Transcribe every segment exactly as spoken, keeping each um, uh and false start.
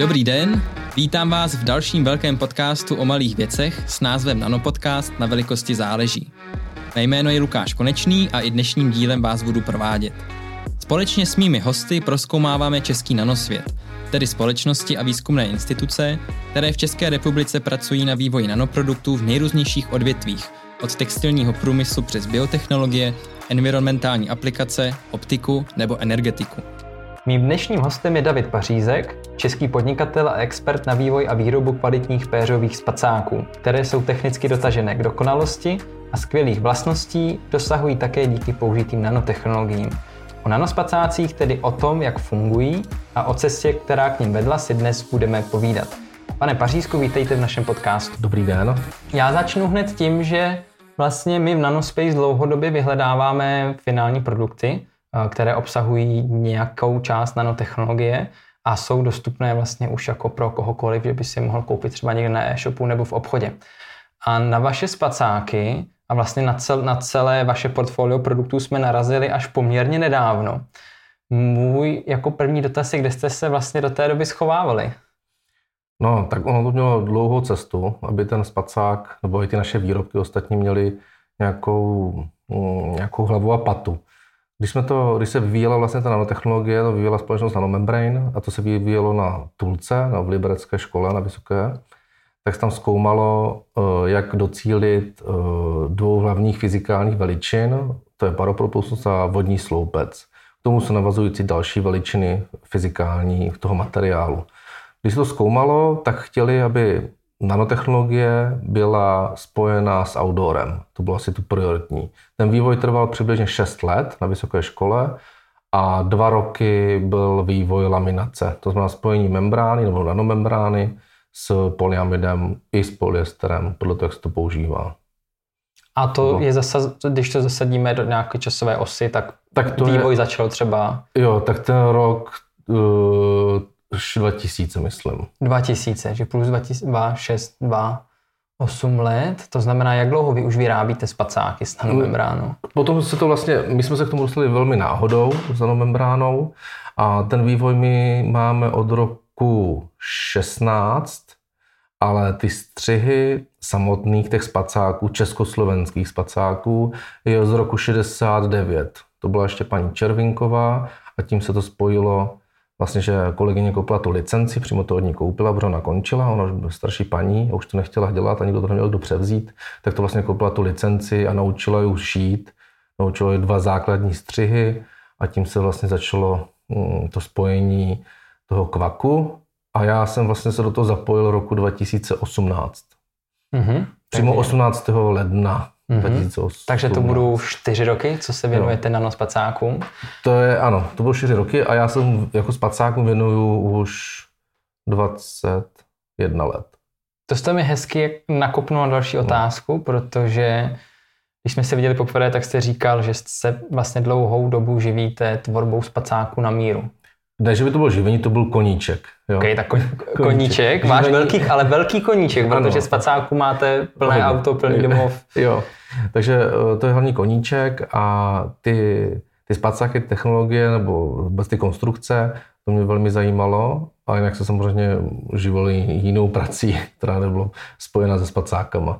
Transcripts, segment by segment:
Dobrý den, vítám vás v dalším velkém podcastu o malých věcech s názvem Nanopodcast Na velikosti záleží. Mé jméno je Lukáš Konečný a i dnešním dílem vás budu provádět. Společně s mými hosty prozkoumáváme český nanosvět, tedy společnosti a výzkumné instituce, které v České republice pracují na vývoji nanoproduktů v nejrůznějších odvětvích, od textilního průmyslu přes biotechnologie, environmentální aplikace, optiku nebo energetiku. Mým dnešním hostem je David Pařízek, český podnikatel a expert na vývoj a výrobu kvalitních péřových spacáků, které jsou technicky dotažené k dokonalosti a skvělých vlastností dosahují také díky použitým nanotechnologiím. O nanospacácích, tedy o tom, jak fungují a o cestě, která k nim vedla, si dnes budeme povídat. Pane Pařízku, vítejte v našem podcastu. Dobrý den. Já začnu hned tím, že vlastně my v Nanospace dlouhodobě vyhledáváme finální produkty, které obsahují nějakou část nanotechnologie a jsou dostupné vlastně už jako pro kohokoliv, že by si je mohl koupit třeba někde na e-shopu nebo v obchodě. A na vaše spacáky a vlastně na, cel, na celé vaše portfolio produktů jsme narazili až poměrně nedávno. Můj jako první dotaz je, kde jste se vlastně do té doby schovávali? No, tak ono to mělo dlouhou cestu, aby ten spacák nebo i ty naše výrobky ostatní měly nějakou, nějakou hlavu a patu. Když, jsme to, když se vyvíjela vlastně ta nanotechnologie, to vyvíjela společnost Nanomembrane a to se vyvíjelo na Tulce, na Liberecké škole, na vysoké, tak se tam zkoumalo, jak docílit dvou hlavních fyzikálních veličin, to je paropropustnost a vodní sloupec. K tomu se navazující další veličiny fyzikální toho materiálu. Když se to zkoumalo, tak chtěli, aby nanotechnologie byla spojená s outdoorem. To bylo asi tu prioritní. Ten vývoj trval přibližně šest let na vysoké škole a dva roky byl vývoj laminace. To znamená spojení membrány nebo nanomembrány s polyamidem i s polyesterem, podle toho, jak se to používá. A to no. je zase, když to zasadíme do nějaké časové osy, tak, tak to vývoj je, začal třeba... Jo, tak ten rok... Uh, dva tisíce, myslím. dva tisíce, že plus dva tisíce, dva, šest, dva, osm let, to znamená, jak dlouho vy už vyrábíte spacáky s nanomembránou? Potom se to vlastně, my jsme se k tomu dostali velmi náhodou s nanomembránou a ten vývoj my máme od roku šestnáct, ale ty střihy samotných těch spacáků, československých spacáků, je z roku šedesát devět. To byla ještě paní Červinková a tím se to spojilo. Vlastně, že kolegyně koupila tu licenci, přímo to od ní koupila, protože ona končila, ona už byla starší paní a už to nechtěla dělat a nikdo to neměl kdo převzít, tak to vlastně koupila tu licenci a naučila ji šít, naučila ji dva základní střihy a tím se vlastně začalo mm, to spojení toho kvaku a já jsem vlastně se do toho zapojil roku dva tisíce osmnáct. Mm-hmm. Přímo osmnáctého ledna. Mm-hmm. dva tisíce osmnáct. Takže to budou čtyři roky, co se věnujete nanospacákům? To je, ano, to bylo čtyři roky a já jsem jako spacákům věnuju už dvacet jedna let. To jste mi hezky nakopnul na další otázku, protože když jsme se viděli poprvé, tak jste říkal, že se vlastně dlouhou dobu živíte tvorbou spacáků na míru. Ne, že by to byl živení, to byl koníček. Jo. Ok, tak kon, koníček, máš velký, ale velký koníček, protože spacáků máte plné ano. auto, plný domov. Jo, takže to je hlavní koníček a ty, ty spacáky, technologie nebo vůbec ty konstrukce, to mě velmi zajímalo a jinak se samozřejmě živil jinou prací, která nebyla spojena se spacákama.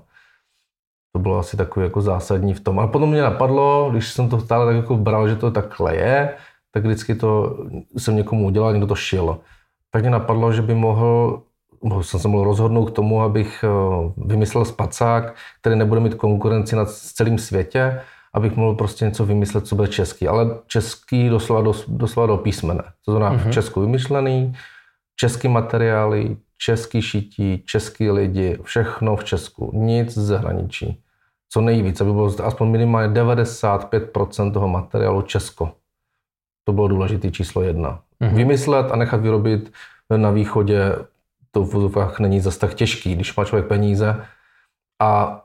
To bylo asi takový jako zásadní v tom. A potom mě napadlo, když jsem to stále tak jako bral, že to takhle je, tak vždycky to jsem někomu udělal, někdo to šil. Tak mě napadlo, že by mohl, jsem se mohl rozhodnout k tomu, abych vymyslel spacák, který nebude mít konkurenci na celém světě, abych mohl prostě něco vymyslet, co bude český. Ale český doslova do, doslova do písmene. To znamená mm-hmm. v Česku vymyšlený, český materiály, český šití, český lidi, všechno v Česku. Nic z zahraničí. Co nejvíc, aby bylo aspoň minimálně devadesát pět procent toho materiálu Česko. To bylo důležité číslo jedna. Mm-hmm. Vymyslet a nechat vyrobit na východě, to v vozovkách není zase tak těžký, když má člověk peníze a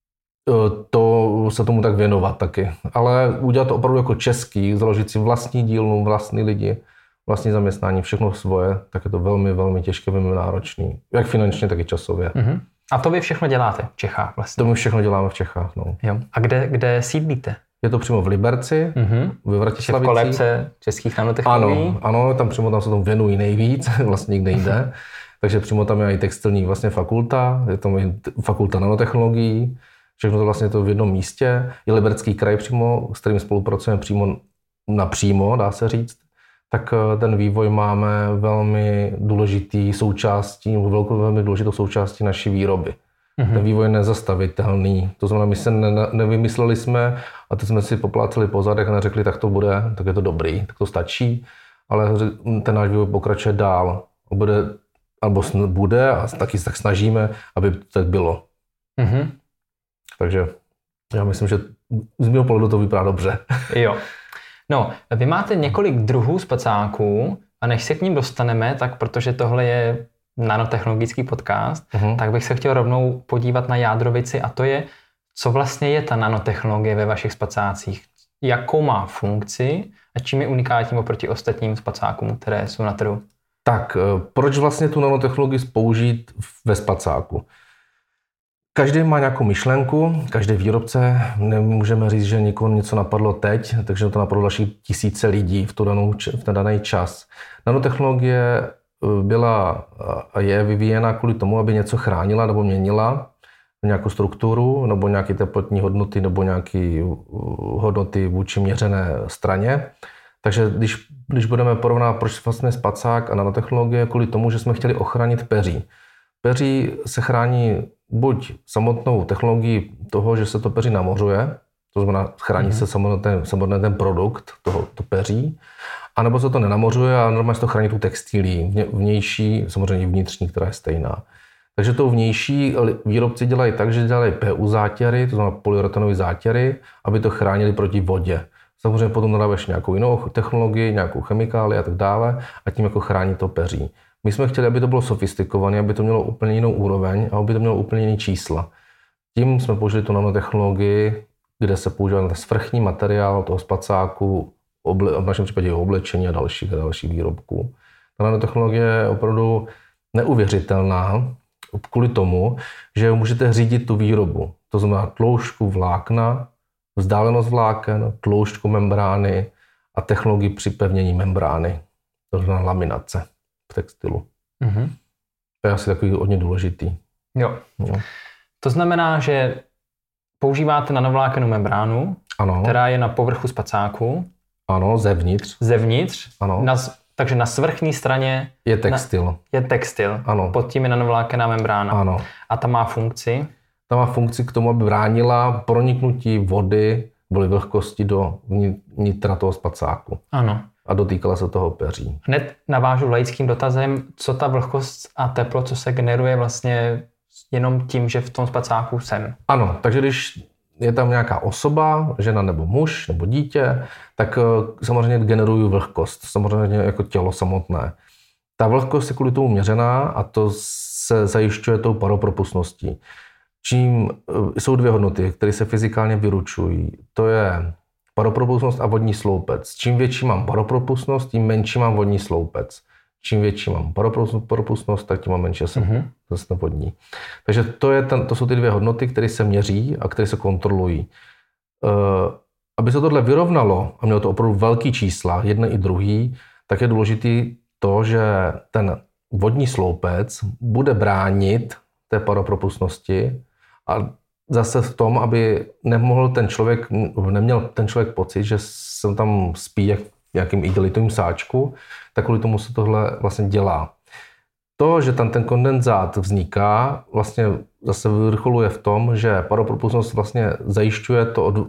to se tomu tak věnovat taky. Ale udělat to opravdu jako český, založit si vlastní dílnu, vlastní lidi, vlastní zaměstnání, všechno svoje, tak je to velmi, velmi těžké, velmi náročný. Jak finančně, tak i časově. Mm-hmm. A to vy všechno děláte v Čechách vlastně? To my všechno děláme v Čechách, no. Jo. A kde, kde sídlíte? Je to přímo v Liberci, mm-hmm. ve Vratislavicích. V kolébce českých nanotechnologií. Ano, ano, tam přímo tam se tomu věnují nejvíc, vlastně nikde jinde. Takže přímo tam je i textilní vlastně fakulta, je tam i fakulta nanotechnologií, všechno to vlastně to v jednom místě. Je Liberecký kraj přímo, s kterým spolupracujeme přímo napřímo, dá se říct. Tak ten vývoj máme velmi důležitý součástí, velkou, velmi důležitou součástí naší výroby. Mm-hmm. Ten vývoj je nezastavitelný. To znamená, my se ne, nevymysleli jsme a teď jsme si popláceli po zadech a neřekli, tak to bude, tak je to dobrý, tak to stačí, ale ten náš vývoj pokračuje dál. Bude, alebo bude a taky tak snažíme, aby to tak bylo. Mm-hmm. Takže já myslím, že z mého pohledu to vypadá dobře. Jo. No, vy máte několik druhů spacáků a než se k ním dostaneme, tak protože tohle je nanotechnologický podcast, uh-huh. tak bych se chtěl rovnou podívat na jádrovici a to je, co vlastně je ta nanotechnologie ve vašich spacácích, jakou má funkci a čím je unikátní oproti ostatním spacákům, které jsou na trhu. Tak, proč vlastně tu nanotechnologii použít ve spacáku? Každý má nějakou myšlenku, každý výrobce, nemůžeme říct, že někoho něco napadlo teď, takže to napadlo další tisíce lidí v, tu danou, v ten daný čas. Nanotechnologie byla a je vyvíjena kvůli tomu, aby něco chránila nebo měnila nějakou strukturu nebo nějaké teplotní hodnoty nebo nějaké hodnoty vůči měřené straně. Takže když, když budeme porovnávat, proč vlastně spacák a nanotechnologie, kvůli tomu, že jsme chtěli ochránit peří. Peří se chrání buď samotnou technologií toho, že se to peří namořuje, to znamená chrání mm-hmm. se samotný ten, samotný ten produkt toho to peří, anebo se to nenamořuje a normálně se to chrání tu textilí, vnější, samozřejmě vnitřní, která je stejná. Takže to vnější výrobci dělají tak, že dělají P U zátěry, to znamená polyuretanové zátěry, aby to chránili proti vodě. Samozřejmě potom nadáváš nějakou jinou technologii, nějakou chemikálii a tak dále a tím jako chrání to peří. My jsme chtěli, aby to bylo sofistikované, aby to mělo úplně jinou úroveň a aby to mělo úplně jiný čísla. Tím jsme použili tu nanotechnologii, kde se používá ten svrchní materiál toho spacáku, v našem případě oblečení a dalších, a dalších výrobků. Ta nanotechnologie je opravdu neuvěřitelná kvůli tomu, že můžete řídit tu výrobu. To znamená tloušťku vlákna, vzdálenost vláken, tloušťku membrány a technologii připevnění membrány. To znamená laminace v textilu. Mm-hmm. To je asi takový hodně důležitý. Jo. No. To znamená, že používáte nanovlákenou membránu, ano. která je na povrchu spacáku. Ano, zevnitř. Zevnitř. Ano. Na, takže na svrchní straně je textil. Na, je textil. Ano. Pod tím je nanovlákená membrána. Ano. A ta má funkci? Ta má funkci k tomu, aby bránila proniknutí vody, vody vlhkosti do vnitra toho spacáku. Ano. A dotýkala se toho peří. Hned navážu laickým dotazem, co ta vlhkost a teplo, co se generuje vlastně jenom tím, že v tom spacáku jsem. Ano, takže když je tam nějaká osoba, žena nebo muž nebo dítě, tak samozřejmě generují vlhkost, samozřejmě jako tělo samotné. Ta vlhkost je kvůli tomu měřená a to se zajišťuje tou paropropustností. Čím jsou dvě hodnoty, které se fyzikálně vyručují. To je paropropustnost a vodní sloupec. Čím větší mám paropropustnost, tím menší mám vodní sloupec. Čím větší mám paropropustnost, tak tím mám menší jsem mm-hmm. vodní. Takže to, je ten, to jsou ty dvě hodnoty, které se měří a které se kontrolují. Uh, aby se tohle vyrovnalo a mělo to opravdu velký čísla, jeden i druhý, tak je důležitý to, že ten vodní sloupec bude bránit té paropropustnosti a zase v tom, aby nemohl ten člověk, neměl ten člověk pocit, že se tam spí jak v nějakým igelitovým sáčku, tak kvůli tomu se tohle vlastně dělá. To, že tam ten kondenzát vzniká, vlastně zase vyvrcholuje v tom, že paropropustnost vlastně zajišťuje to od,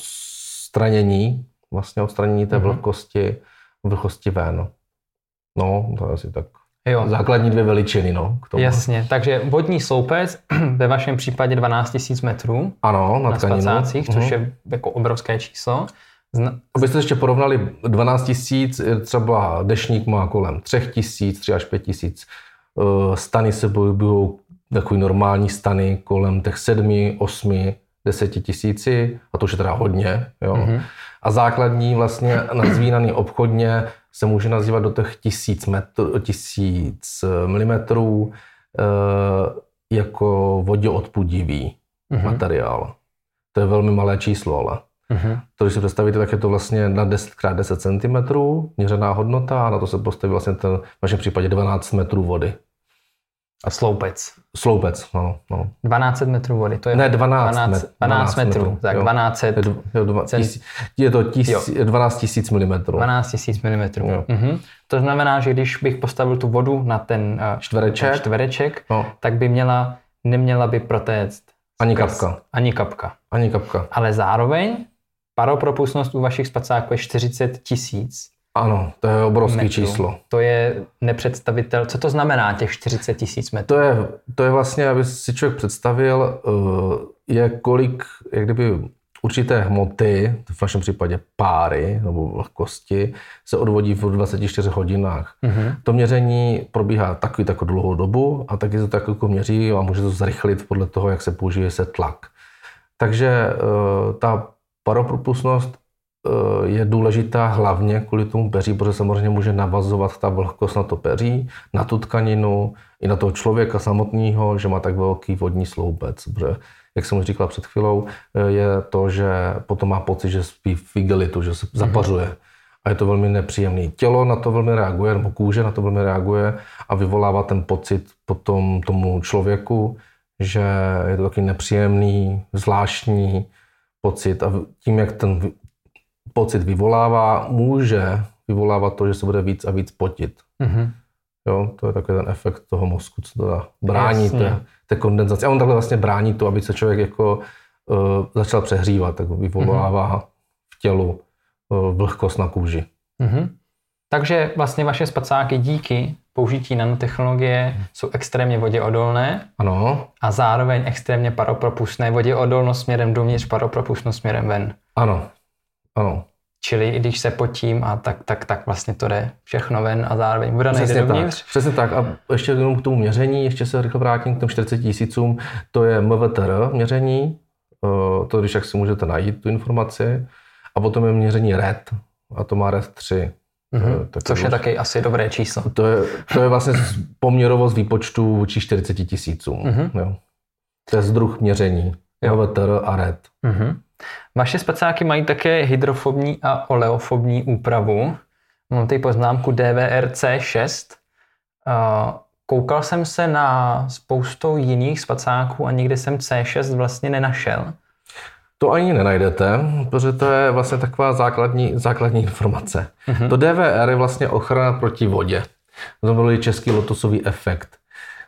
odstranění, vlastně odstranění té vlhkosti, vlhkosti ven. No, to je asi tak. Jo. Základní dvě veličiny, no. K tomu. Jasně, takže vodní sloupec ve vašem případě dvanáct tisíc metrů ano, na, na spacácích, což uh-huh. je jako obrovské číslo. Zna... Abyste ještě porovnali dvanáct tisíc, třeba dešník má kolem tři tisíce, tři až pět tisíc. Stany se pohybují, takový normální stany kolem těch sedmi, osmi, deseti tisíci, a to už je teda hodně. Jo. Uh-huh. A základní vlastně nazvínaný obchodně se může nazývat do těch tisíc, metr, tisíc milimetrů e, jako voděodpudivý uh-huh. materiál. To je velmi malé číslo, ale Mm-hmm. To, když si představíte, tak je to vlastně na deset krát deset centimetrů měřená hodnota a na to se postaví vlastně ten, v našem případě dvanáct metrů vody. A sloupec. Sloupec, no. no. dvanáct set metrů vody, to je... Ne, dvanáct, dvanáct, dvanáct metrů, metrů, tak jo. dvanáct set. Je, je, dva, tis, je to tis, dvanáct tisíc milimetrů. dvanáct tisíc milimetrů. Mhm. To znamená, že když bych postavil tu vodu na ten uh, čtvereček, čtvereček no. tak by měla, neměla by protéct ani kapka. Ani kapka. Ani kapka. Ale zároveň paropropustnost u vašich spacáků je čtyřicet tisíc. Ano, to je obrovské metrů. číslo. To je nepředstavitel. Co to znamená těch čtyřicet tisíc metrů? To je, to je vlastně, aby si člověk představil, je kolik, jak kdyby určité hmoty, v našem případě páry nebo vlhkosti, se odvodí v dvaceti čtyřech hodinách. Mm-hmm. To měření probíhá takový takovou dlouhou dobu a taky se tak jako měří a může to zrychlit podle toho, jak se použije se tlak. Takže ta paropropustnost je důležitá hlavně kvůli tomu peří, protože samozřejmě může navazovat ta vlhkost na to peří, na tu tkaninu i na toho člověka samotného, že má tak velký vodní sloupec. Protože, jak jsem už říkal před chvílou, je to, že potom má pocit, že spí v igelitu, že se zapařuje. A je to velmi nepříjemný. Tělo na to velmi reaguje, nebo kůže na to velmi reaguje a vyvolává ten pocit potom tomu člověku, že je to takový nepříjemný, zvláštní pocit. A tím, jak ten pocit vyvolává, může vyvolávat to, že se bude víc a víc potit. Mm-hmm. Jo, to je takový ten efekt toho mozku, co to brání té, té kondenzaci. A on takhle vlastně brání to, aby se člověk jako uh, začal přehřívat, tak vyvolává mm-hmm. v tělu uh, vlhkost na kůži. Mm-hmm. Takže vlastně vaše spacáky díky použití nanotechnologie jsou extrémně voděodolné. Ano. A zároveň extrémně paropropustné. Voděodolnost směrem dovnitř, paropropustnost směrem ven. Ano. Ano. Čili i když se potím a tak, tak, tak vlastně to jde všechno ven a zároveň voda nejde dovnitř. Tak, přesně tak. A ještě jenom k tomu měření, ještě se rychle vrátím k těm čtyřiceti tisícům. To je M V T R měření, to když jak si můžete najít tu informaci. A potom je měření R E T, a to má R E T tři. Mm-hmm. Což je taky asi dobré číslo. To je, to je vlastně poměrovost výpočtu vůči čtyřiceti tisícům. Mm-hmm. Jo. To je druh měření. Jo. M V T R a R E T. Mm-hmm. Vaše spacáky mají také hydrofobní a oleofobní úpravu. Mám tady poznámku D V R C šest. Koukal jsem se na spoustou jiných spacáků a nikdy jsem C šest vlastně nenašel. To ani nenajdete, protože to je vlastně taková základní, základní informace. Mm-hmm. To D V R je vlastně ochrana proti vodě. To byl český lotosový efekt.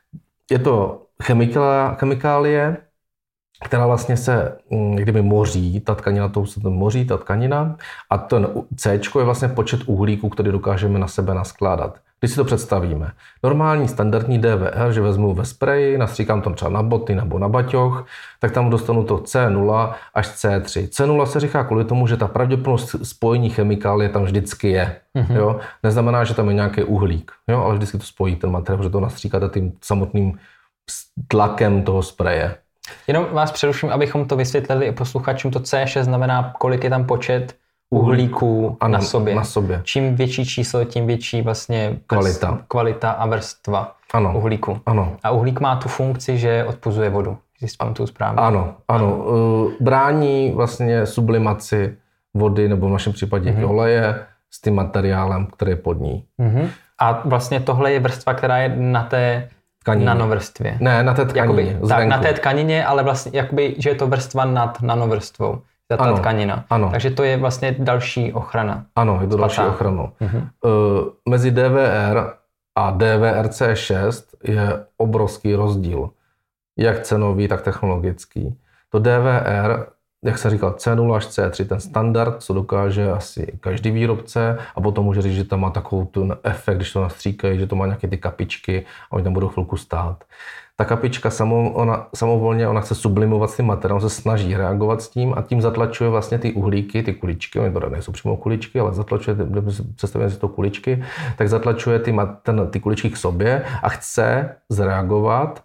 Je to chemikálie, chemikálie která vlastně se kdyby moří, ta tkanina, to se to moří, ta tkanina, a ten C je vlastně počet uhlíků, který dokážeme na sebe naskládat. Když si to představíme, normální standardní D V R, že vezmu ve spreji, nastříkám tam třeba na boty nebo na baťoch, tak tam dostanu to C nula až C tři. C nula se říká kvůli tomu, že ta pravděpodobnost spojení chemikálie tam vždycky je. Mm-hmm. Jo? Neznamená, že tam je nějaký uhlík, jo? Ale vždycky to spojí ten materiál, že to nastříkáte tím samotným tlakem toho spreje. Jenom vás přeruším, abychom to vysvětlili posluchačům. To C šest znamená, kolik je tam počet uhlíků ano, na sobě. na sobě. Čím větší číslo, tím větší vlastně kvalita, kvalita a vrstva ano, uhlíku. Ano. A uhlík má tu funkci, že odpuzuje vodu. Když si pamatuju správně. Ano, ano. Brání vlastně sublimaci vody, nebo v našem případě mm-hmm. oleje s tím materiálem, který je pod ní. Mm-hmm. A vlastně tohle je vrstva, která je na té tkanině. Nanovrstvě. Ne, na té tkanině. Jakoby, tak, na té tkanině, ale vlastně jakoby, že je to vrstva nad nanovrstvou. Ta ano, tkanina. Ano. Takže to je vlastně další ochrana. Ano, je to další ochrana. Mm-hmm. Uh, mezi D V R a D V R C šest je obrovský rozdíl. Jak cenový, tak technologický. To D V R, jak jsem říkal, C nula až C tři, ten standard, co dokáže asi každý výrobce, a potom může říct, že tam má takovou ten efekt, když to nastříkají, že to má nějaké ty kapičky a oni tam budou chvilku stát. Ta kapička samou, ona, samovolně, ona chce sublimovat s tím materiálem, se snaží reagovat s tím a tím zatlačuje vlastně ty uhlíky, ty kuličky, oni to nejsou přímo kuličky, ale zatlačuje, představíme si to kuličky, tak zatlačuje ty, ten, ty kuličky k sobě a chce zreagovat.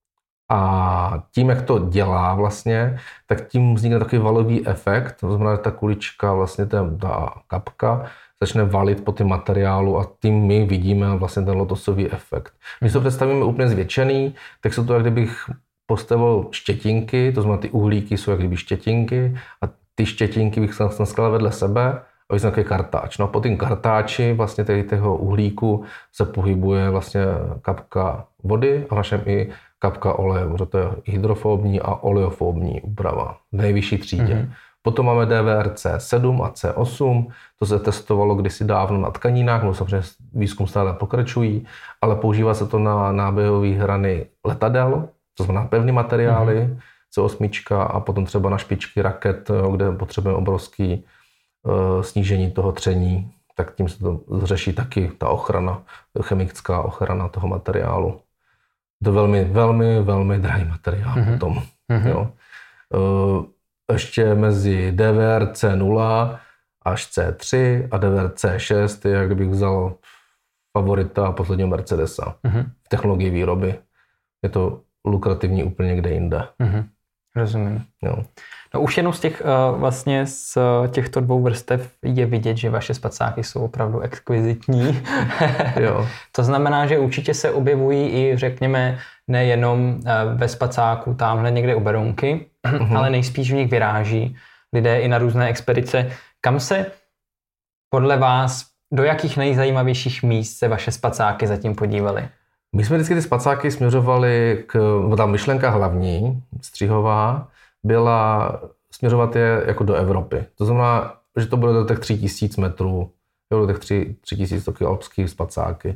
A tím, jak to dělá vlastně, tak tím vznikne takový valový efekt, to znamená, že ta kulička, vlastně ten, ta kapka, začne valit po tom materiálu a tím my vidíme vlastně ten lotosový efekt. Když to představíme úplně zvětšený, tak jsou to, jak kdybych postavil štětinky, to znamená, ty uhlíky jsou jak kdyby štětinky a ty štětinky bych se naskládal vedle sebe a bych takový kartáč. No a po tím kartáči vlastně tady toho uhlíku se pohybuje vlastně kapka vody a našem i kapka oleje, protože to je hydrofobní a oleofobní úprava v nejvyšší třídě. Mm-hmm. Potom máme D V R C sedm a C osm, to se testovalo kdysi dávno na tkaninách, no samozřejmě výzkum stále pokračují, ale používá se to na náběhové hrany letadel, to znamená pevné materiály, mm-hmm. C osm a potom třeba na špičky raket, kde potřebujeme obrovský uh, snížení toho tření, tak tím se to řeší taky ta ochrana, chemická ochrana toho materiálu. To je velmi, velmi, velmi drahý materiál mm-hmm. potom. Mm-hmm. Jo. Uh, ještě mezi D V R C nula až C tři a D V R C šest je, jak kdybych vzal favorita posledního Mercedesa mm-hmm. v technologii výroby. Je to lukrativní úplně někde jinde. Mm-hmm. Rozumím. Jo. No už jenom z těch vlastně z těchto dvou vrstev je vidět, že vaše spacáky jsou opravdu exkvizitní. Jo. To znamená, že určitě se objevují i, řekněme, nejenom ve spacáku tamhle někde u Berounky, uh-huh. ale nejspíš v nich vyráží lidé i na různé expedice. Kam se podle vás, do jakých nejzajímavějších míst se vaše spacáky zatím podívaly? My jsme vždycky ty spacáky směřovali k, ta myšlenka hlavní, střihová, byla směřovat je jako do Evropy. To znamená, že to bude do těch tři tisíce metrů, jo, do těch tři tisíce taky alpský spacáky.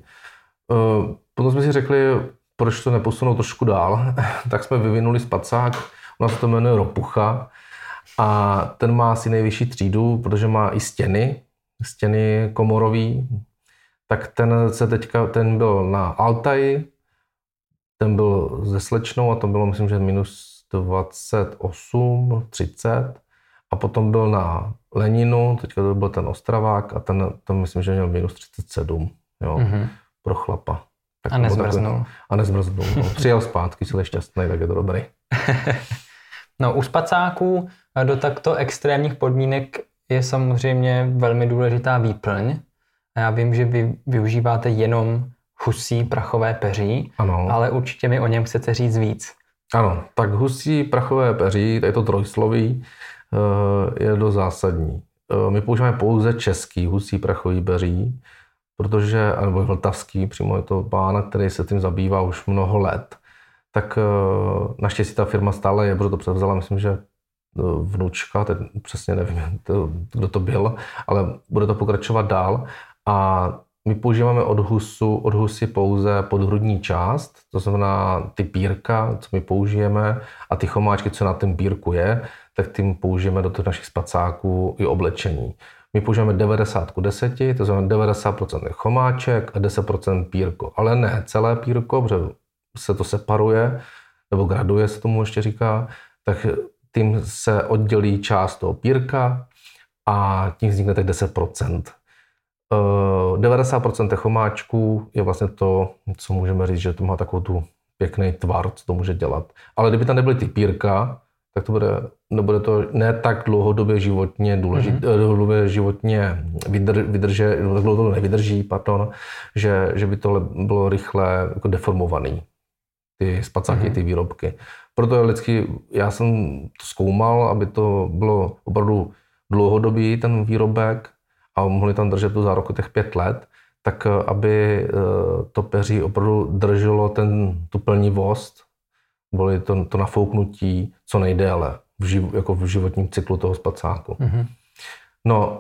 Potom jsme si řekli, proč to neposunout trošku dál, tak jsme vyvinuli spacák, u nás to jmenuje Ropucha a ten má asi nejvyšší třídu, protože má i stěny, stěny komorový, tak ten se teďka, ten byl na Altaji, ten byl ze Slečnou a to bylo, myslím, že minus dvacet osm, třicet a potom byl na Leninu, teďka to byl ten Ostravák a ten, ten myslím, že měl minus třicet sedm, jo, mm-hmm. pro chlapa. Tak a nezmrznul. A nezmrznul, no. Přijel zpátky, si šťastný, tak je to dobrý. No u spacáků do takto extrémních podmínek je samozřejmě velmi důležitá výplň. A já vím, že vy využíváte jenom husí prachové peří, ano. ale určitě mi o něm chcete říct víc. Ano, tak husí prachové peří, tady to trojsloví, je dost zásadní. My používáme pouze český husí prachový peří, protože, nebo vltavský, přímo je to pán, který se tím zabývá už mnoho let. Tak naštěstí ta firma stále je, protože to převzala, myslím, že vnučka, teď přesně nevím, kdo to byl, ale bude to pokračovat dál. A my používáme od husu, od husy pouze podhrudní část, to znamená ty pírka, co my použijeme, a ty chomáčky, co na tom pírku je, tak tím použijeme do těch našich spacáků i oblečení. My používáme devadesát ku deseti, to znamená devadesát procent chomáček a deset procent pírko. Ale ne celé pírko, protože se to separuje, nebo graduje se tomu ještě říká, tak tím se oddělí část toho pírka a tím vznikne tak deset procent. devadesát procent chomáčků je vlastně to, co můžeme říct, že to má takovou tu pěkný tvar, co to může dělat. Ale kdyby tam nebyly ty pírka, tak to bude, nebude to ne tak dlouhodobě životně důležité, mm-hmm. dlouhodobě životně vydr, vydrže, dlouhodobě nevydrží, pardon, že, že by to bylo rychle jako deformovaný, ty spacáky, mm-hmm. ty výrobky. Proto je vždycky, já jsem to zkoumal, aby to bylo opravdu dlouhodobý ten výrobek a mohli tam držet tu záruku těch pět let, tak aby to peří opravdu drželo ten, tu plnivost, bylo to, to nafouknutí co nejdéle v, živ, jako v životním cyklu toho spacáku. Mm-hmm. No,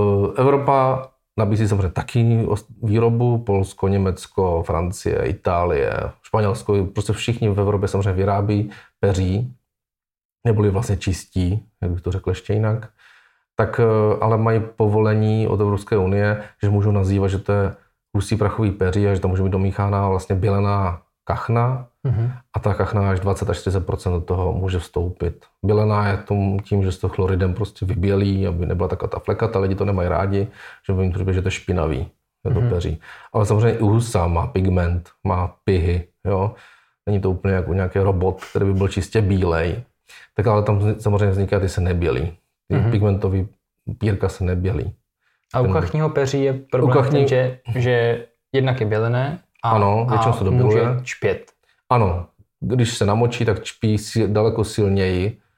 Evropa nabízí samozřejmě taky výrobu, Polsko, Německo, Francie, Itálie, Španělsko, prostě všichni v Evropě samozřejmě vyrábí peří, neboli vlastně čistí, jak bych to řekl ještě jinak, tak ale mají povolení od Evropské unie, že můžou nazývat, že to je husí prachový peří a že tam může být domíchaná vlastně bělená kachna mm-hmm. a ta kachna až dvacet až čtyřicet procent do toho může vstoupit. Bělená je tom, tím, že se to chloridem prostě vybělí, aby nebyla taková ta flekata, lidi to nemají rádi, že by jim to říkali, že to je špinavý, je to mm-hmm. peří. Ale samozřejmě i husa má pigment, má pihy, jo. Není to úplně jako nějaký robot, který by byl čistě bílej. Tak ale tam samozřejmě vzniká, ty se nebělí. Ty mm-hmm. pigmentový pírka se nebělí. A u kachního peří je problém kachní... ten, že, že jednak je bělené a, ano, většinou se doběluje. Může čpět. Ano, když se namočí, tak čpí daleko silněji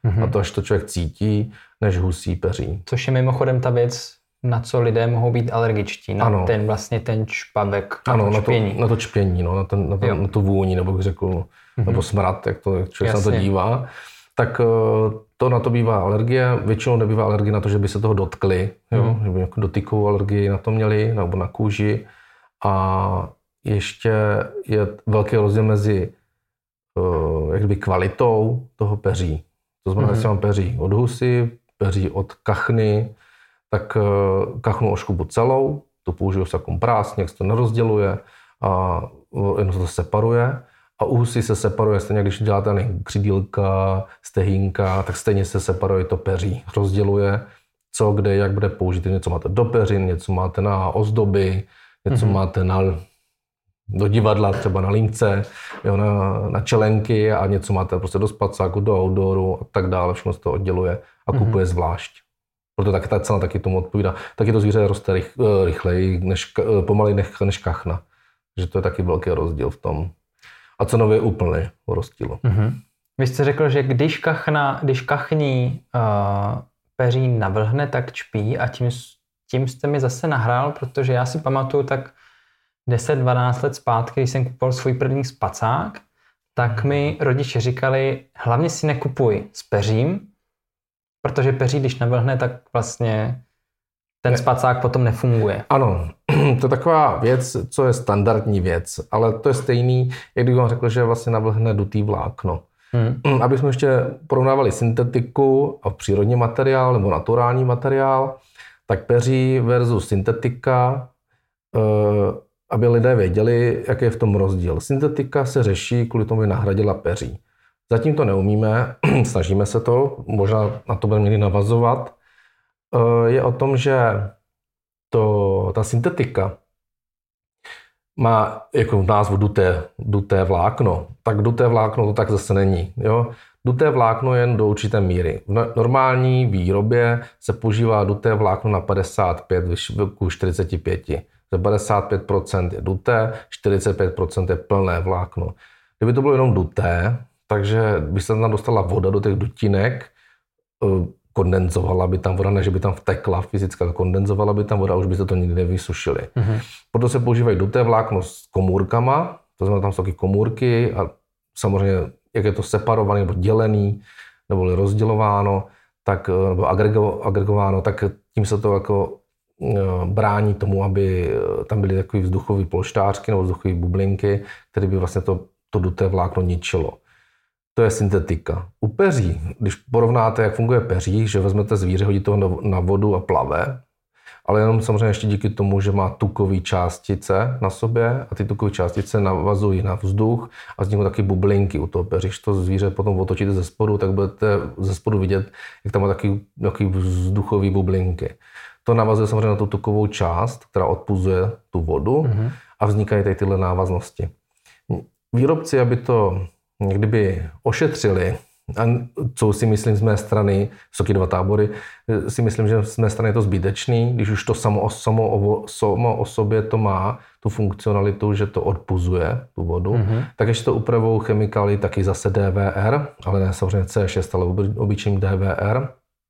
Mm-hmm. A to až to člověk cítí, než husí peří. Což je mimochodem ta věc, na co lidé mohou být alergičtí, na ano. ten vlastně ten čpavek, na ano, to čpění. Na to, na to čpění, no, na, ten, na, to, na tu vůni, nebo bych řekl, mm-hmm. nebo smrad, jak to jak člověk se na to dívá. Tak to na to bývá alergie, většinou nebývá alergie na to, že by se toho dotkli, jo? Mm. Že by nějakou dotykovou alergii na to měli, nebo na kůži. A ještě je velký rozdíl mezi uh, jak kdyby kvalitou toho peří. To znamená, mm. že mám peří od husy, peří od kachny, tak uh, kachnu oškubu celou, to použiju v takovém prásně, jak se to nerozděluje a jenom se to separuje. A u husy se separuje, stejně když děláte křidílka, stehínka, tak stejně se separuje to peří. Rozděluje, co, kde, jak bude použít. Něco máte do peřin, něco máte na ozdoby, něco mm-hmm. máte na, do divadla, třeba na lince, jo, na, na čelenky a něco máte prostě do spacáku, do outdooru a tak dále. Všechno se to odděluje a kupuje mm-hmm. zvlášť. Proto taky ta cena taky tomu odpovídá. Taky to zvíře roste rych, rychleji, než, pomaleji než, než kachna. Takže to je taky velký rozdíl v tom. A cenově úplně rozdíl. Mm-hmm. Vy jste řekl, že když, kachna, když kachní uh, peří navlhne, tak čpí a tím, tím jste mi zase nahrál, protože já si pamatuju tak deset dvanáct let zpátky, když jsem kupoval svůj první spacák, tak mi rodiče říkali, hlavně si nekupuj s peřím, protože peří, když navlhne, tak vlastně ten spacák potom nefunguje. Ano, to je taková věc, co je standardní věc, ale to je stejný, jak kdybych vám řekl, že vlastně navlhne dutý vlákno. Hmm. Aby jsme ještě porovnávali syntetiku a přírodní materiál nebo naturální materiál, tak peří versus syntetika, aby lidé věděli, jaký je v tom rozdíl. Syntetika se řeší kvůli tomu, aby nahradila peří. Zatím to neumíme, snažíme se to, možná na to budeme někdy navazovat. Je o tom, že to, ta syntetika má jako názvu duté, duté vlákno. Tak duté vlákno to tak zase není. Jo? Duté vlákno je jen do určité míry. V normální výrobě se používá duté vlákno na padesát pět ku čtyřiceti pěti. padesát pět procent je duté, čtyřicet pět procent je plné vlákno. Kdyby to bylo jenom duté, takže by se tam dostala voda do těch dutinek, kondenzovala by tam voda, ne že by tam vtekla fyzická, kondenzovala by tam voda, už by se to nikdy nevysušili. Mm-hmm. Proto se používají duté vlákno s komůrkama, to znamená, tam jsou taky komůrky a samozřejmě, jak je to separované nebo dělený, nebo rozdělováno, tak, nebo agrego, agregováno, tak tím se to jako brání tomu, aby tam byly takové vzduchové polštářky nebo vzduchové bublinky, které by vlastně to, to duté vlákno ničilo. To je syntetika. U peří, když porovnáte, jak funguje peří, že vezmete zvíře, hodíte ho na vodu a plave, ale jenom samozřejmě ještě díky tomu, že má tukové částice na sobě a ty tukové částice navazují na vzduch a vzniknou taky bublinky u toho peří. Když to zvíře potom otočíte ze spodu, tak budete ze spodu vidět, jak tam má taky, taky vzduchové bublinky. To navazuje samozřejmě na tu tukovou část, která odpuzuje tu vodu mm-hmm. a vznikají tady tyhle návaznosti. Výrobci, aby to kdyby ošetřili, a co si myslím z mé strany, jsou taky dva tábory, si myslím, že z mé strany je to zbytečný, když už to samo o, samo o, samo o sobě to má tu funkcionalitu, že to odpuzuje tu vodu, mm-hmm. tak ještě to upravují chemikály taky zase D V R, ale ne samozřejmě C šest, ale obyčejný D V R.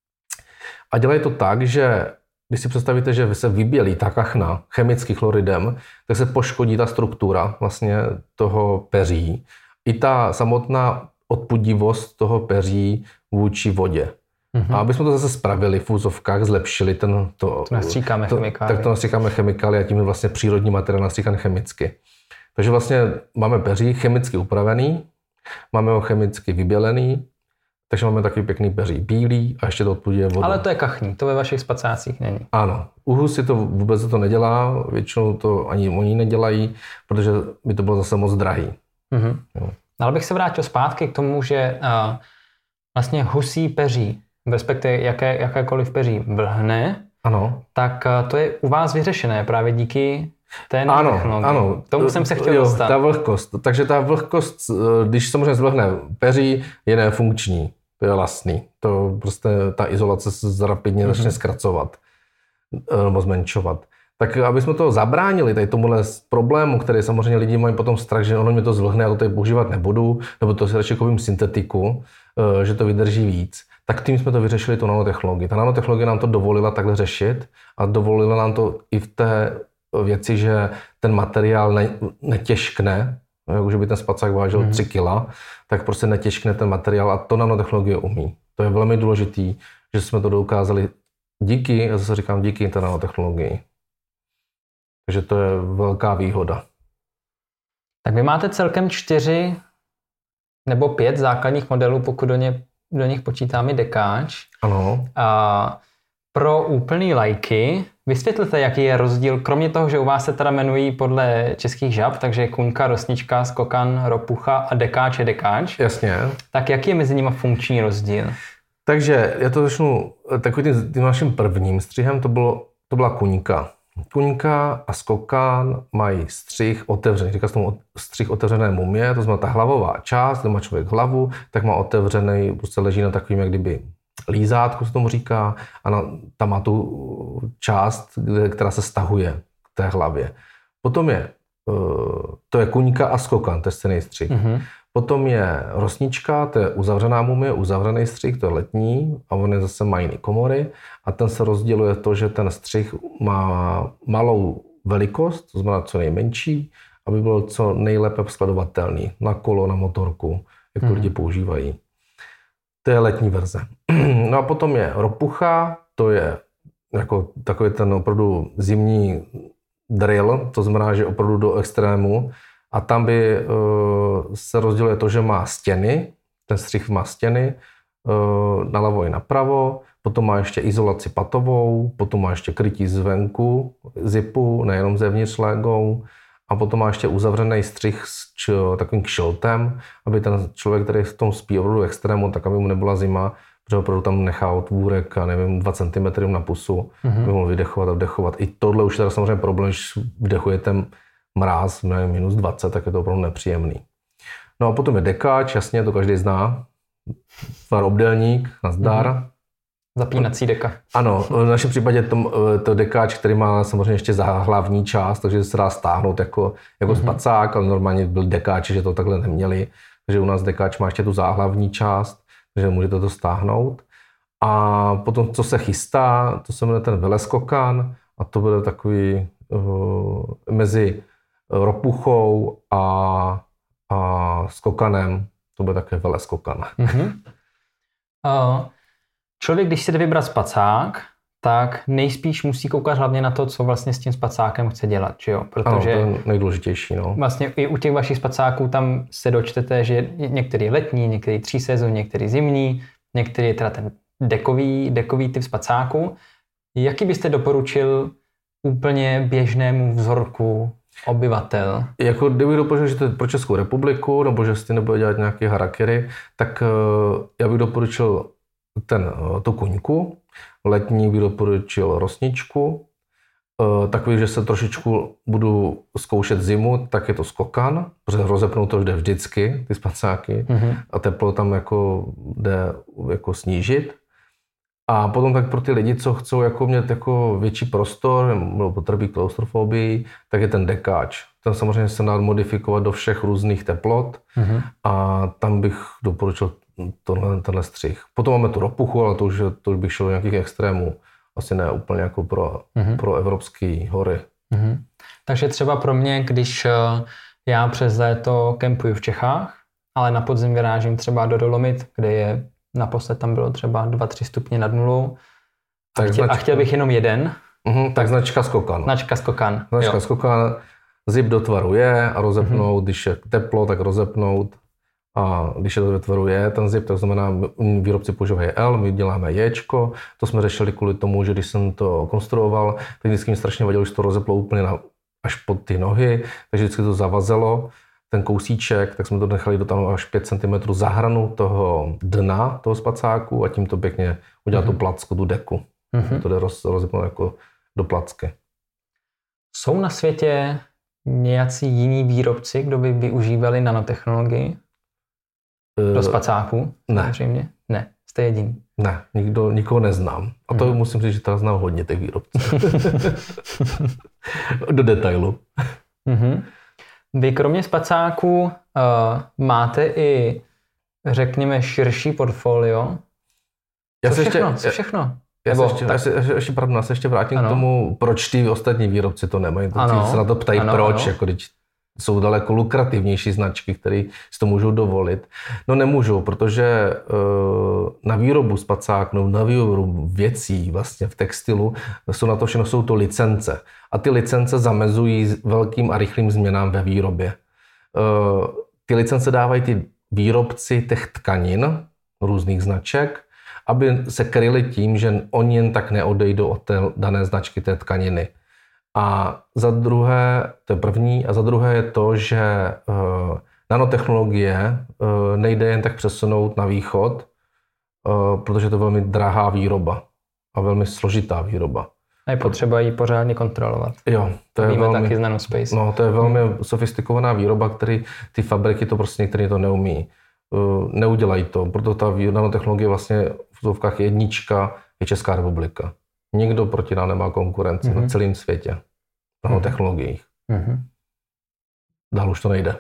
A dělají to tak, že když si představíte, že se vybělí ta kachna chemickým chloridem, tak se poškodí ta struktura vlastně toho peří. I ta samotná odpudivost toho peří vůči vodě. Mm-hmm. A aby jsme to zase spravili v úzovkách, zlepšili ten... To, to nastříkáme to, chemikály. Tak to nastříkáme chemikály a tím je vlastně přírodní materiál nastříkaný chemicky. Takže vlastně máme peří chemicky upravený, máme ho chemicky vybělený, takže máme takový pěkný peří bílý a ještě to odpuduje vodu. Ale to je kachní, to ve vašich spacácích není. Ano, u husy to vůbec to nedělá, většinou to ani oni nedělají, protože by to bylo zase moc drahý. Mm-hmm. Ale bych se vrátil zpátky k tomu, že uh, vlastně husí peří, respektive jaké, jakékoliv peří vlhne, ano. tak uh, to je u vás vyřešené právě díky té ano, technologii. Ano, k tomu jsem se chtěl jo, dostat. Ta vlhkost. Takže ta vlhkost, když samozřejmě zvlhne peří, je nefunkční. To je vlastní. To prostě ta izolace se rapidně mm-hmm. začne zkracovat nebo zmenšovat. Tak aby jsme to zabránili, tady tomuhle problému, který samozřejmě lidi mají potom strach, že ono mě to zvlhne, já to tady používat nebudu, nebo to si radši koupím syntetiku, že to vydrží víc, tak tím jsme to vyřešili tu nanotechnologii. Ta nanotechnologie nám to dovolila takhle řešit a dovolila nám to i v té věci, že ten materiál ne, netěžkne, že by ten spacák vážil mm. tři kila, tak prostě netěžkne ten materiál a to nanotechnologie umí. To je velmi důležitý, že jsme to dokázali díky, já zase říkám díky té nanotechnologii. Takže to je velká výhoda. Tak vy máte celkem čtyři nebo pět základních modelů, pokud do, ně, do nich počítáme dekáč. Ano. A pro úplný lajky vysvětlete, jaký je rozdíl, kromě toho, že u vás se teda jmenují podle českých žab, takže kuňka, rosnička, skokan, ropucha a dekáč je dekáč. Jasně. Tak jaký je mezi nimi funkční rozdíl? Takže já to začnu takovým tím, tím naším prvním střihem, to, bylo, to byla kuňka. Kuňka a skokan mají střih otevřený, říká se tomu střih otevřené mumie, to znamená ta hlavová část, kde má člověk hlavu, tak má otevřený, prostě leží na takovým, jak kdyby lízátku se tomu říká, a na, tam má tu část, kde, která se stahuje k té hlavě. Potom je, to je kuňka a skokan, to je stejný střih. Mm-hmm. Potom je rosnička, to je uzavřená mumie, uzavřený střih, to je letní a on je zase má jiný komory a ten se rozděluje to, že ten střih má malou velikost, to znamená co nejmenší, aby byl co nejlépe skladovatelný na kolo, na motorku, jak to hmm. lidi používají. To je letní verze. No a potom je ropucha, to je jako takový ten opravdu zimní drill, to znamená, že opravdu do extrému. A tam by uh, se rozděluje to, že má stěny, ten střih má stěny, uh, nalevo i napravo, potom má ještě izolaci patovou, potom má ještě krytí zvenku, zipu, nejenom zevnitř legou, a potom má ještě uzavřený střih s č- takovým kšiltem, aby ten člověk, který v tom spí opravdu extrému, tak aby mu nebyla zima, protože opravdu tam nechá otvůrek, a nevím, dva centimetry na pusu, mm-hmm. aby mohl vydechovat a vdechovat. I tohle už je samozřejmě problém, když vdechujete mráz, nevím, minus dvacet, tak je to opravdu nepříjemný. No a potom je dekáč, jasně, to každý zná. Tvar obdélník, nazdar. Mm-hmm. Zapínací deka. Ano, v našem případě to, to dekáč, který má samozřejmě ještě za hlavní část, takže se dá stáhnout jako, jako mm-hmm. spacák, ale normálně byl dekáč, že to takhle neměli. Takže u nás dekáč má ještě tu záhlavní část, takže můžete to stáhnout. A potom, co se chystá, to se jmenuje ten veleskokan a to bude takový uh, mezi ropuchou a, a skokanem, to bude také veleskokan. Mm-hmm. Uh, člověk, když si jde vybrat spacák, tak nejspíš musí koukat hlavně na to, co vlastně s tím spacákem chce dělat, že jo? Protože ano, to je nejdůležitější, no. Vlastně i u těch vašich spacáků tam se dočtete, že některý letní, některý třísezon, některý zimní, některý je teda ten dekový, dekový typ spacáku. Jaký byste doporučil úplně běžnému vzorku obyvatel? Jako kdybych doporučil, že to je pro Českou republiku, nebo že si nebude dělat nějaké harakiri, tak uh, já bych doporučil ten, uh, tu kuňku, letní bych doporučil rosničku, uh, takový, že se trošičku budu zkoušet zimu, tak je to skokan, protože rozepnout to jde vždycky, ty spacáky, mm-hmm. a teplo tam jako jde jako snížit. A potom tak pro ty lidi, co chcou jako mít jako větší prostor, nebo potřebují klaustrofobii, tak je ten dekáč. Ten samozřejmě se dá modifikovat do všech různých teplot mm-hmm. a tam bych doporučil tohle, tenhle střih. Potom máme tu ropuchu, ale to už, to už bych šel do nějakých extrémů. Asi ne úplně jako pro, mm-hmm. pro evropské hory. Mm-hmm. Takže třeba pro mě, když já přes léto kempuju v Čechách, ale na podzim vyrážím třeba do Dolomit, kde je naposled tam bylo třeba dva tři stupně nad nulou a, chtěl, značka, a chtěl bych jenom jeden. Uh-huh, tak značka skokan. Značka skokan. Značka skokan, zip do tvaru je a rozepnout, uh-huh. když je teplo, tak rozepnout. A když je to do tvaru je ten zip, tak znamená, výrobci používají L, my děláme Jčko. To jsme řešili kvůli tomu, že když jsem to konstruoval, tak vždycky mi strašně vadilo, že to rozeplo úplně na, až pod ty nohy, takže vždycky to zavazelo. Ten kousíček, tak jsme to nechali dotáhnout až pět centimetrů za hranu toho dna, toho spacáku a tím to pěkně udělat mm-hmm. tu placku, tu deku. Mm-hmm. To jde roz, rozepnout jako do placky. Jsou na světě nějací jiní výrobci, kdo by využívali nanotechnologii do spacáku? Ne. Samozřejmě? Ne. Jste jediný? Ne, nikdo, nikoho neznám. A to hmm. musím říct, že teda znám hodně těch výrobců. Do detailu. Mm-hmm. Vy kromě spacáků uh, máte i, řekněme, širší portfolio. Já Co se všechno? ještě, Co všechno? Já Nebo, se ještě, tak... ještě, ještě, ještě, pardon, já se ještě vrátím ano. k tomu, proč ty ostatní výrobci to nemají. Ano. Se na to ptají, ano, proč, ano. Jako, když jsou daleko lukrativnější značky, které si to můžou dovolit. No nemůžou, protože uh, na výrobu spacáků, na výrobu věcí vlastně v textilu, jsou na to všechno jsou to licence. A ty licence zamezují velkým a rychlým změnám ve výrobě. Uh, ty licence dávají ty výrobci těch tkanin, různých značek, aby se kryli tím, že oni jen tak neodejdou od té dané značky té tkaniny. A za druhé, to je první, a za druhé je to, že uh, nanotechnologie uh, nejde jen tak přesunout na východ, uh, protože to je velmi drahá výroba a velmi složitá výroba. A je potřeba ji pořádně kontrolovat. Jo, to je Víme velmi, taky z Nanospace. No, to je velmi hmm. sofistikovaná výroba, který ty fabriky to prostě některé to neumí. Uh, neudělají to, proto ta nanotechnologie vlastně v vozovkách jednička je Česká republika. Nikdo proti nám nemá konkurenci mm-hmm. na celém světě. V nanotechnologiích. Mm-hmm. Dál už to nejde.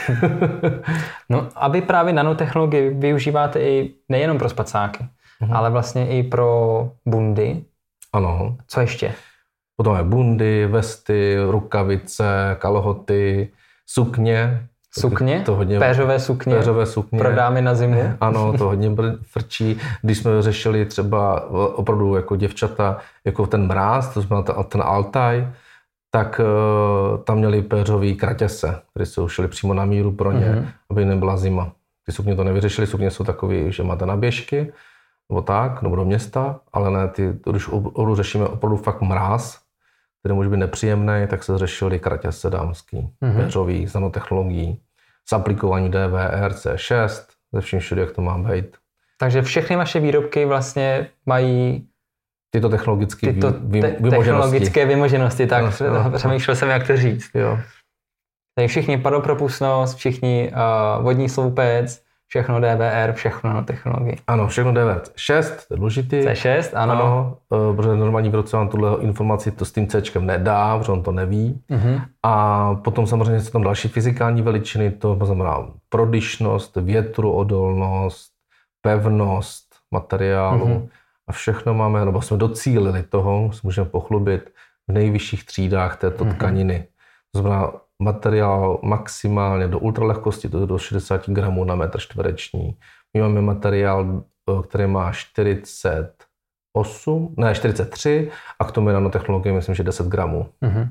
No a vy právě nanotechnologie využíváte i nejenom pro spacáky, mm-hmm. ale vlastně i pro bundy. Ano. Co ještě? Potom je bundy, vesty, rukavice, kalhoty, sukně. Sukně? To hodně, péřové sukně? Péřové sukně. Pro dámy na zimu? Ano, to hodně frčí. Když jsme řešili třeba opravdu jako děvčata, jako ten mráz, to znamená ten Altaj, tak uh, tam měli péřový kraťase, které se ušili přímo na míru pro ně, mm-hmm. aby nebyla zima. Ty sukně to nevyřešili, sukně jsou takové, že máte na běžky, nebo tak, nebo do města, ale ne, ty, když opravdu řešíme opravdu fakt mráz, který může být nepříjemný, tak se řešili kraťase dámský, mm-hmm. péřový, z nanotechnologií, s aplikováním D V R, C šest, ze vším všude, jak to má být. Takže všechny vaše výrobky vlastně mají tyto technologické tyto vy, te- vymoženosti. technologické vymoženosti, tak no, přemýšlel no. jsem, jak to říct. Jo. Takže všichni padopropustnost, všichni uh, vodní sloupec, všechno D V R, všechno na technologii. Ano, všechno D V R. C šest, to je důležitý. C šest, ano. ano uh, protože normální výrobce vám tuhle informaci to s tím Cčkem nedá, protože on to neví. Uh-huh. A potom samozřejmě jsou tam další fyzikální veličiny, to znamená prodyšnost, větruodolnost, pevnost materiálu. Uh-huh. A všechno máme, nebo jsme docílili toho, se můžeme pochlubit v nejvyšších třídách této uh-huh. tkaniny. To znamená materiál maximálně do ultralehkosti, to je do šedesát gramů na metr čtvereční. My máme materiál, který má čtyřicet osm, ne čtyřicet tři a k tomu je nanotechnologie, myslím, že deset gramů. Uh-huh.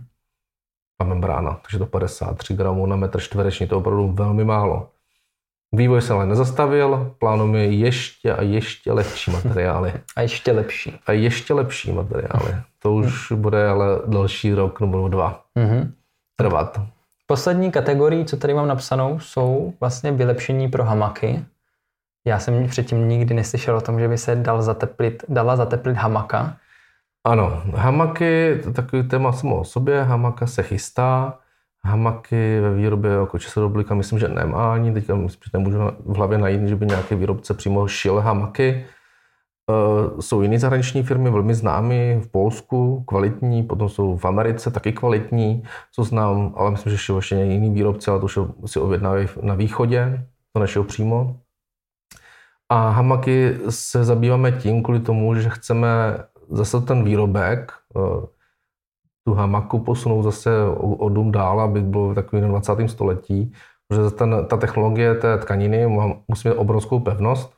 A membrána, takže to padesát tři gramů na metr čtvereční, to je opravdu velmi málo. Vývoj se ale nezastavil, plánujeme ještě a ještě lepší materiály. A ještě lepší. A ještě lepší materiály. To už bude ale další rok nebo dva uh-huh. trvat. Poslední kategorii, co tady mám napsanou, jsou vlastně vylepšení pro hamaky. Já jsem předtím nikdy neslyšel o tom, že by se dal zateplit, dala zateplit hamaka. Ano, hamaky, to je takový téma samo o sobě, hamaka se chystá. Hamaky ve výrobě jako Česká republika myslím, že nemá ani, teďka myslím, že nemůžu v hlavě najít, že by nějaký výrobce přímo šil hamaky. Uh, jsou jiné zahraniční firmy, velmi známé v Polsku, kvalitní, potom jsou v Americe taky kvalitní, co znám, ale myslím, že šil ještě jiný výrobce, ale to už si objednávají na východě, to nešil přímo. A hamaky se zabýváme tím kvůli tomu, že chceme zase ten výrobek, uh, tu hamaku posunout zase o, o dům dál, aby bylo takový na dvacátém století, protože ten, ta technologie té tkaniny má, musí mít obrovskou pevnost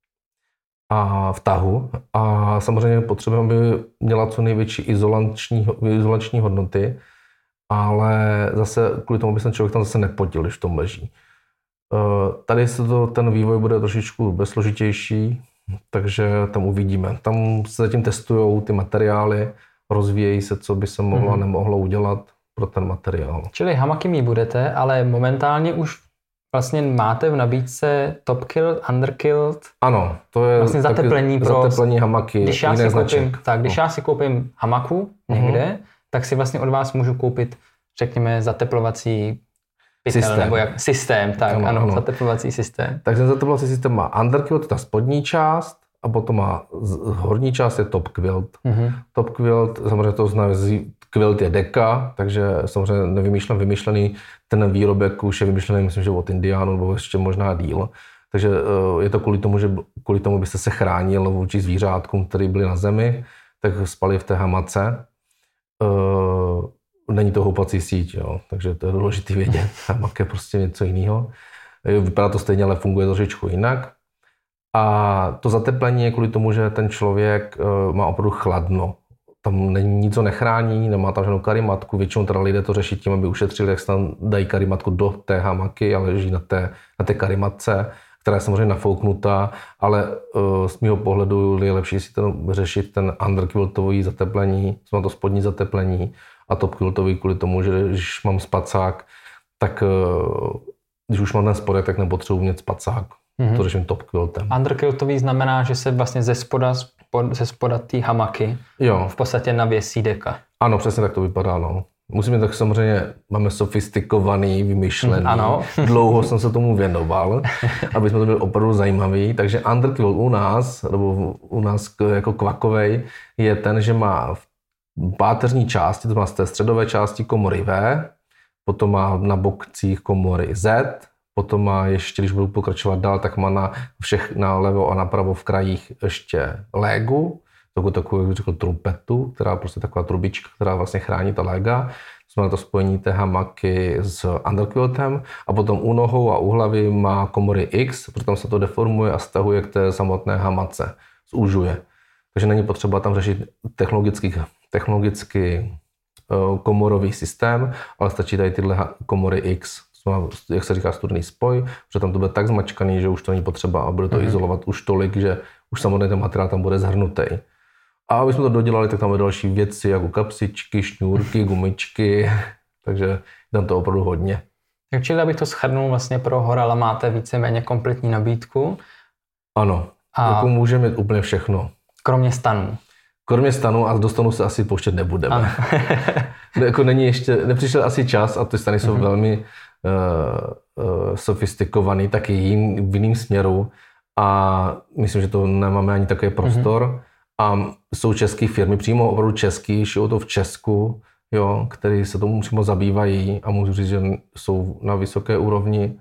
a vtahu a samozřejmě potřebujeme, aby měla co největší izolační, izolační hodnoty, ale zase kvůli tomu by se člověk tam zase nepotil, když v tom leží. Tady se to, ten vývoj bude trošičku bezsložitější, takže tam uvidíme. Tam se zatím testují ty materiály, rozvíjejí se, co by se mohlo a nemohlo udělat pro ten materiál. Čili hamaky mít budete, ale momentálně už vlastně máte v nabídce top killed, underkilled. Ano, to je vlastně zateplení pro zateplení hamaky. Když já si koupím, tak, když no. já si koupím hamaku někde, uh-huh. tak si vlastně od vás můžu koupit, řekněme, zateplovací pytel, systém. Nebo jak, systém, tak ano, ano, ano, zateplovací systém. Takže zateplovací systém má underkilled, ta spodní část, a potom má horní část je top quilt. Mm-hmm. Top quilt, samozřejmě to znamená, quilt je deka, takže samozřejmě nevymýšlím vymyšlený, ten výrobek už je vymyšlený, myslím, že od Indiánů, nebo ještě možná díl. Takže je to kvůli tomu, že kvůli tomu byste se chránil vůči zvířátkům, které byly na zemi, tak spali v té hamace. Není to houpací síť, jo, takže to je důležité vědět. Hamak je prostě něco jiného. Vypadá to stejně, ale funguje trošičku jinak. A to zateplení je kvůli tomu, že ten člověk má opravdu chladno. Tam není nic, co nechrání, nemá tam žádnou karimatku. Většinou teda lidé to řeší tím, aby ušetřili, jak se tam dají karimatku do té hamaky, ale leží na té, na té karimatce, která je samozřejmě nafouknutá, ale uh, z mého pohledu je lepší si to řešit ten underquiltový zateplení, to to spodní zateplení a topquiltový kvůli tomu, že když mám spacák, tak uh, když už mám ten spodek, tak nepotřebuji mít spacák. Mm-hmm. To řeším topquiltem. Underquiltový znamená, že se vlastně ze spoda, ze spoda té hamaky jo. v podstatě navěsí deka. Ano, přesně tak to vypadá, no. Musíme tak samozřejmě, máme sofistikovaný, vymyšlený. Ano. Dlouho jsem se tomu věnoval, aby jsme to byli opravdu zajímavý. Takže underquilt u nás, nebo u nás jako kvakovej, je ten, že má v páteřní části, to má z té středové části komory V, potom má na bokcích komory Z, potom má ještě, když budu pokračovat dál, tak má na všech na levo a napravo v krajích ještě légu, takovou, takovou, jak bych řekl, trumpetu, která prostě taková trubička, která vlastně chrání ta léga. Jsme na to spojení té hamaky s underquiltem a potom u nohou a u hlavy má komory X, protože tam se to deformuje a stahuje k té samotné hamace, zúžuje. Takže není potřeba tam řešit technologický, technologicky komorový systém, ale stačí tady tyhle komory X, jak se říká studený spoj, protože tam to bude tak zmačkaný, že už to není potřeba a bude to mm-hmm. izolovat už tolik, že už samotný ten materiál tam bude zhrnutý. A aby jsme to dodělali, tak tam je další věci, jako kapsičky, šňůrky, gumičky, takže tam to opravdu hodně. Tak čili, abych to shrnul, vlastně pro Horala máte víceméně kompletní nabídku. Ano, a jako můžeme mít úplně všechno. Kromě stanů. Kromě stanu a do stanu se asi pouštět nebudeme. Jako není ještě, nepřišel asi čas a ty stany jsou mm-hmm. velmi uh, uh, sofistikovaný, taky jin, v jiným směru a myslím, že to nemáme ani takový prostor. Mm-hmm. A jsou české firmy, přímo opravdu český, šijou to v Česku, jo, který se tomu přímo zabývají a můžu říct, že jsou na vysoké úrovni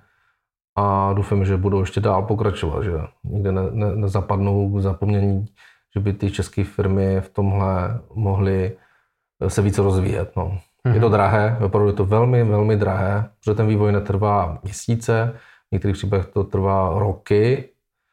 a doufám, že budou ještě dál pokračovat, že nikde ne, ne, nezapadnou k zapomnění, že by ty české firmy v tomhle mohly se více rozvíjet. No. Mm-hmm. Je to drahé, opravdu je to velmi, velmi drahé, protože ten vývoj netrvá měsíce, v některých případech to trvá roky,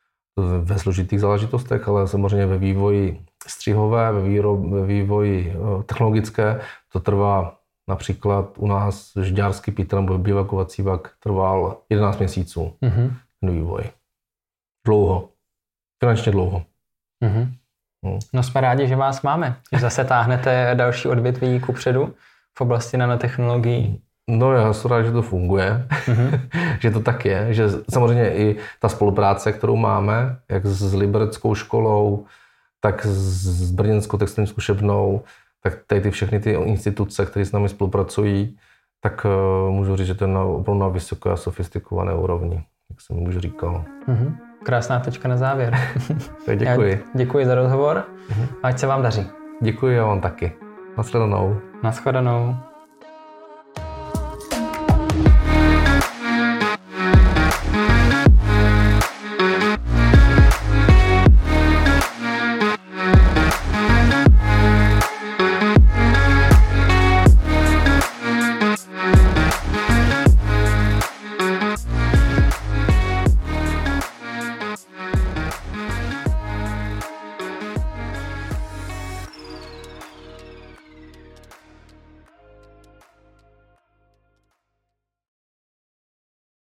ve složitých záležitostech, ale samozřejmě ve vývoji střihové, ve, výrob, ve vývoji technologické to trvá například u nás žďárský pytel nebo bivakovací vak trval jedenáct měsíců. Mm-hmm. Ten vývoj. Dlouho. Finančně dlouho. Mm-hmm. Mm. No jsme rádi, že vás máme. Že zase táhnete další odvětví kupředu v oblasti nanotechnologií. No já jsem rád, že to funguje, mm-hmm. že to tak je, že samozřejmě i ta spolupráce, kterou máme, jak s Libereckou školou, tak s Brněnskou textilní zkušebnou, tak tady ty všechny ty instituce, které s námi spolupracují, tak uh, můžu říct, že to je na, opravdu na vysoké a sofistikované úrovni, jak jsem už říkal. Mm-hmm. Krásná tečka na závěr. Tak děkuji. Já děkuji za rozhovor, mm-hmm. ať se vám daří. Děkuji, já vám taky. Nashledanou. Nashledanou.